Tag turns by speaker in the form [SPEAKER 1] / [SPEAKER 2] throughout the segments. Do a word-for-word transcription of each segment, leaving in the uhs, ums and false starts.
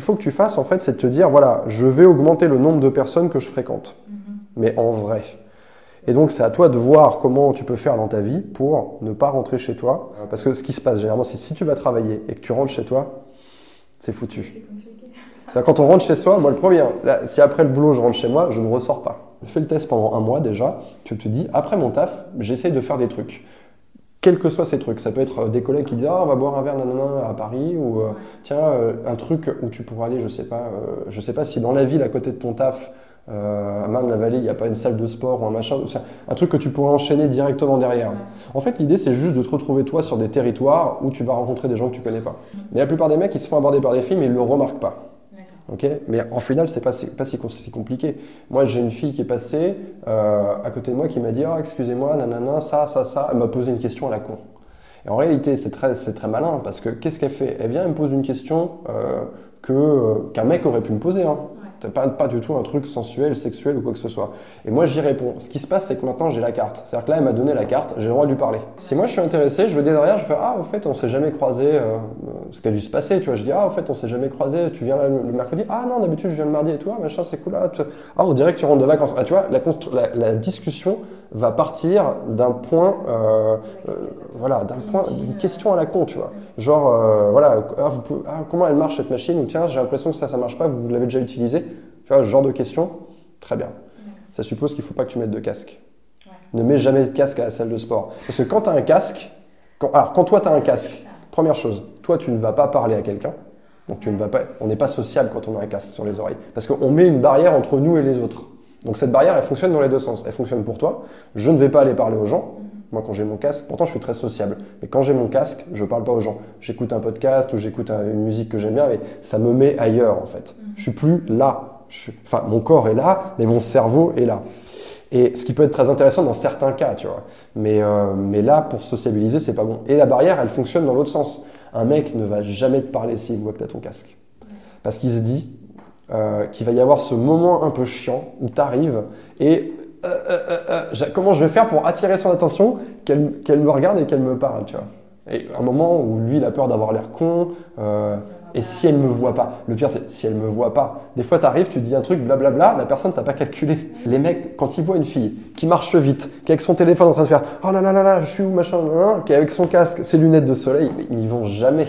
[SPEAKER 1] faut que tu fasses, en fait, c'est de te dire, voilà, je vais augmenter le nombre de personnes que je fréquente. Mm-hmm. Mais en vrai. Et donc, c'est à toi de voir comment tu peux faire dans ta vie pour ne pas rentrer chez toi. Parce que ce qui se passe, généralement, c'est si tu vas travailler et que tu rentres chez toi, c'est foutu. C'est compliqué. C'est-à-dire, quand on rentre chez soi, moi, le premier, là, si après le boulot, je rentre chez moi, je ne ressors pas. Je fais le test pendant un mois déjà. Tu te dis, après mon taf, j'essaye de faire des trucs. Quels que soient ces trucs. Ça peut être des collègues qui disent ah, on va boire un verre nanana, à Paris, ou euh, tiens, euh, un truc où tu pourrais aller, je sais pas, euh, je sais pas si dans la ville à côté de ton taf, euh, à Marne-la-Vallée, il n'y a pas une salle de sport ou un machin, un truc que tu pourrais enchaîner directement derrière. Ouais. En fait, l'idée, c'est juste de te retrouver toi sur des territoires où tu vas rencontrer des gens que tu connais pas. Mais la plupart des mecs, ils se font aborder par des filles, mais ils le remarquent pas. Okay, mais en final, c'est pas, pas si, si compliqué. Moi, j'ai une fille qui est passée euh, à côté de moi qui m'a dit oh, « excusez-moi, nanana, ça, ça, ça ». Elle m'a posé une question à la con. Et en réalité, c'est très, c'est très malin parce que qu'est-ce qu'elle fait? Elle vient, elle me pose une question euh, que, euh, qu'un mec aurait pu me poser. Hein. Ouais. Pas, pas du tout un truc sensuel, sexuel ou quoi que ce soit. Et moi, j'y réponds. Ce qui se passe, c'est que maintenant, j'ai la carte. C'est-à-dire que là, elle m'a donné la carte, j'ai le droit de lui parler. Si moi, je suis intéressé, je veux dire derrière, je fais « Ah, au fait, on s'est jamais croisé. Euh, » Ce qui a dû se passer, tu vois. Je dis « Ah, au fait, on s'est jamais croisé. Tu viens là le mercredi? Ah non, d'habitude, je viens le mardi et toi, machin, c'est cool là. Ah, on dirait que tu rentres de vacances. » Ah, tu vois, la, la, la discussion va partir d'un point, euh, euh, voilà, d'un point, d'une question à la con, tu vois. Genre, euh, voilà, ah, vous pouvez, ah, comment elle marche cette machine? Ou tiens, j'ai l'impression que ça, ça marche pas, vous l'avez déjà utilisé. Tu vois, ce genre de question, très bien. Ça suppose qu'il ne faut pas que tu mettes de casque. Ouais. Ne mets jamais de casque à la salle de sport. Parce que quand tu as un casque, quand, alors quand toi tu as un casque, première chose, toi tu ne vas pas parler à quelqu'un. Donc tu ne vas pas, on n'est pas sociable quand on a un casque sur les oreilles. Parce qu'on met une barrière entre nous et les autres. Donc cette barrière, elle fonctionne dans les deux sens. Elle fonctionne pour toi. Je ne vais pas aller parler aux gens. Moi, quand j'ai mon casque, pourtant je suis très sociable, mais quand j'ai mon casque, je ne parle pas aux gens. J'écoute un podcast ou j'écoute un, une musique que j'aime bien, mais ça me met ailleurs en fait. Je suis plus là. Je suis, enfin, mon corps est là, mais mon cerveau est là. Et ce qui peut être très intéressant dans certains cas, tu vois. Mais, euh, mais là, pour sociabiliser, c'est pas bon. Et la barrière, elle fonctionne dans l'autre sens. Un mec ne va jamais te parler s'il voit que tu as ton casque. Parce qu'il se dit euh, qu'il va y avoir ce moment un peu chiant où tu arrives et euh, euh, euh, euh, comment je vais faire pour attirer son attention, qu'elle, qu'elle me regarde et qu'elle me parle, tu vois. Et un moment où lui, il a peur d'avoir l'air con, euh, et si elle ne me voit pas, le pire c'est si elle ne me voit pas. Des fois, tu arrives, tu dis un truc, blablabla, la personne t'a pas calculé. Les mecs, quand ils voient une fille qui marche vite, qui est avec son téléphone en train de faire « Oh là là là là, je suis où, machin, hein », qui est avec son casque, ses lunettes de soleil, ils n'y vont jamais.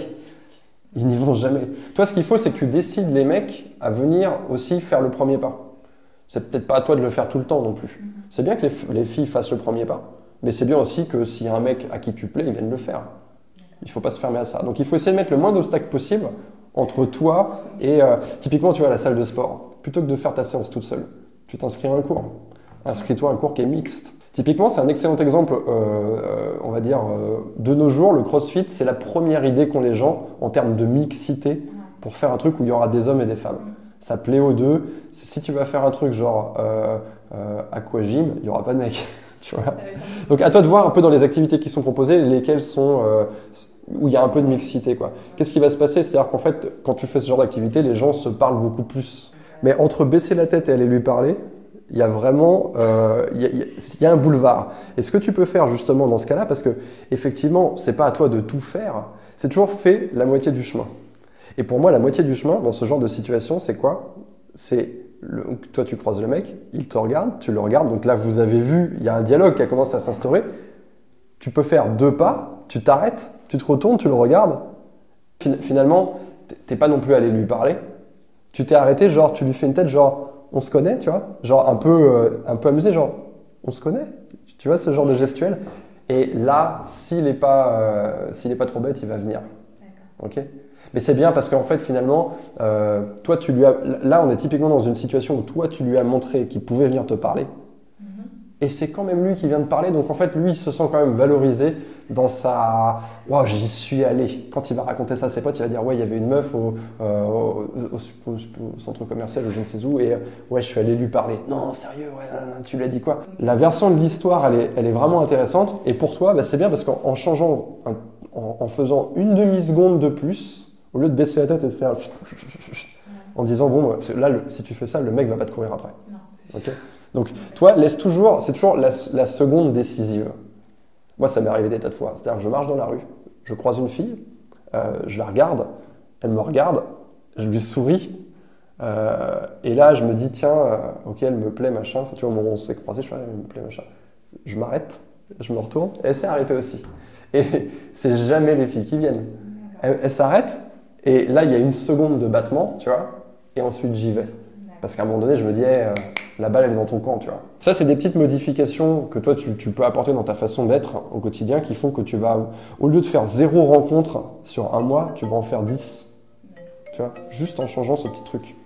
[SPEAKER 1] Ils n'y vont jamais. Toi, ce qu'il faut, c'est que tu décides les mecs à venir aussi faire le premier pas. C'est peut-être pas à toi de le faire tout le temps non plus. C'est bien que les, les filles fassent le premier pas, mais c'est bien aussi que s'il y a un mec à qui tu plais, il vienne le faire. Il ne faut pas se fermer à ça. Donc il faut essayer de mettre le moins d'obstacles possible entre toi et, euh, typiquement, tu vois, la salle de sport. Plutôt que de faire ta séance toute seule, tu t'inscris à un cours. Inscris-toi à un cours qui est mixte. Typiquement, c'est un excellent exemple, euh, on va dire, euh, de nos jours, le CrossFit, c'est la première idée qu'ont les gens en termes de mixité pour faire un truc où il y aura des hommes et des femmes. Ça plaît aux deux. Si tu vas faire un truc genre euh, euh, aquagym, il n'y aura pas de mecs. Tu vois. Donc à toi de voir un peu dans les activités qui sont proposées, lesquelles sont euh, où il y a un peu de mixité, quoi. Qu'est-ce qui va se passer? C'est-à-dire qu'en fait, quand tu fais ce genre d'activité, les gens se parlent beaucoup plus. Mais entre baisser la tête et aller lui parler, il y a vraiment euh, il y a, il y a un boulevard. Et ce que tu peux faire justement dans ce cas-là, parce que effectivement, c'est pas à toi de tout faire, c'est toujours fait la moitié du chemin. Et pour moi, la moitié du chemin dans ce genre de situation, c'est quoi? C'est Le, toi, tu croises le mec, il te regarde, tu le regardes. Donc là, vous avez vu, il y a un dialogue qui a commencé à s'instaurer. Tu peux faire deux pas, tu t'arrêtes, tu te retournes, tu le regardes. Finalement, t'es pas non plus allé lui parler. Tu t'es arrêté, genre, tu lui fais une tête, genre, on se connaît, tu vois, genre un peu, euh, un peu amusé, genre, on se connaît. Tu vois ce genre de gestuel. Et là, s'il est pas, euh, s'il est pas trop bête, il va venir. Ok. Mais c'est bien parce qu'en fait, finalement, euh, toi, tu lui as, là, on est typiquement dans une situation où toi, tu lui as montré qu'il pouvait venir te parler. Mm-hmm. Et c'est quand même lui qui vient de parler. Donc, en fait, lui, il se sent quand même valorisé dans sa... Wow, j'y suis allé. Quand il va raconter ça à ses potes, il va dire « Ouais, il y avait une meuf au, euh, au, au, au, au centre commercial, ou je ne sais où, et euh, ouais, je suis allé lui parler. » Non, sérieux, ouais, non, non, tu lui as dit quoi? La version de l'histoire, elle est, elle est vraiment intéressante. Et pour toi, bah, c'est bien parce qu'en changeant, en, en faisant une demi-seconde de plus, au lieu de baisser la tête et de faire en disant bon là le, si tu fais ça le mec va pas te courir après. Non. Okay. Donc toi laisse toujours c'est toujours la, la seconde décisive. Moi ça m'est arrivé des tas de fois. C'est-à-dire que je marche dans la rue, je croise une fille, euh, je la regarde, elle me regarde, je lui souris. Euh, et là, je me dis, tiens, euh, ok, elle me plaît, machin. Enfin, tu vois, au moment où on s'est croisés, je fais, elle me plaît, machin. Je m'arrête, je me retourne, et elle s'est arrêtée aussi. Et c'est jamais les filles qui viennent. Elle, elle s'arrête, et là, il y a une seconde de battement, tu vois, et ensuite j'y vais. Parce qu'à un moment donné, je me dis, hey, euh, la balle, elle est dans ton camp, tu vois. Ça, c'est des petites modifications que toi, tu, tu peux apporter dans ta façon d'être au quotidien qui font que tu vas, au lieu de faire zéro rencontre sur un mois, tu vas en faire dix. Tu vois, juste en changeant ce petit truc.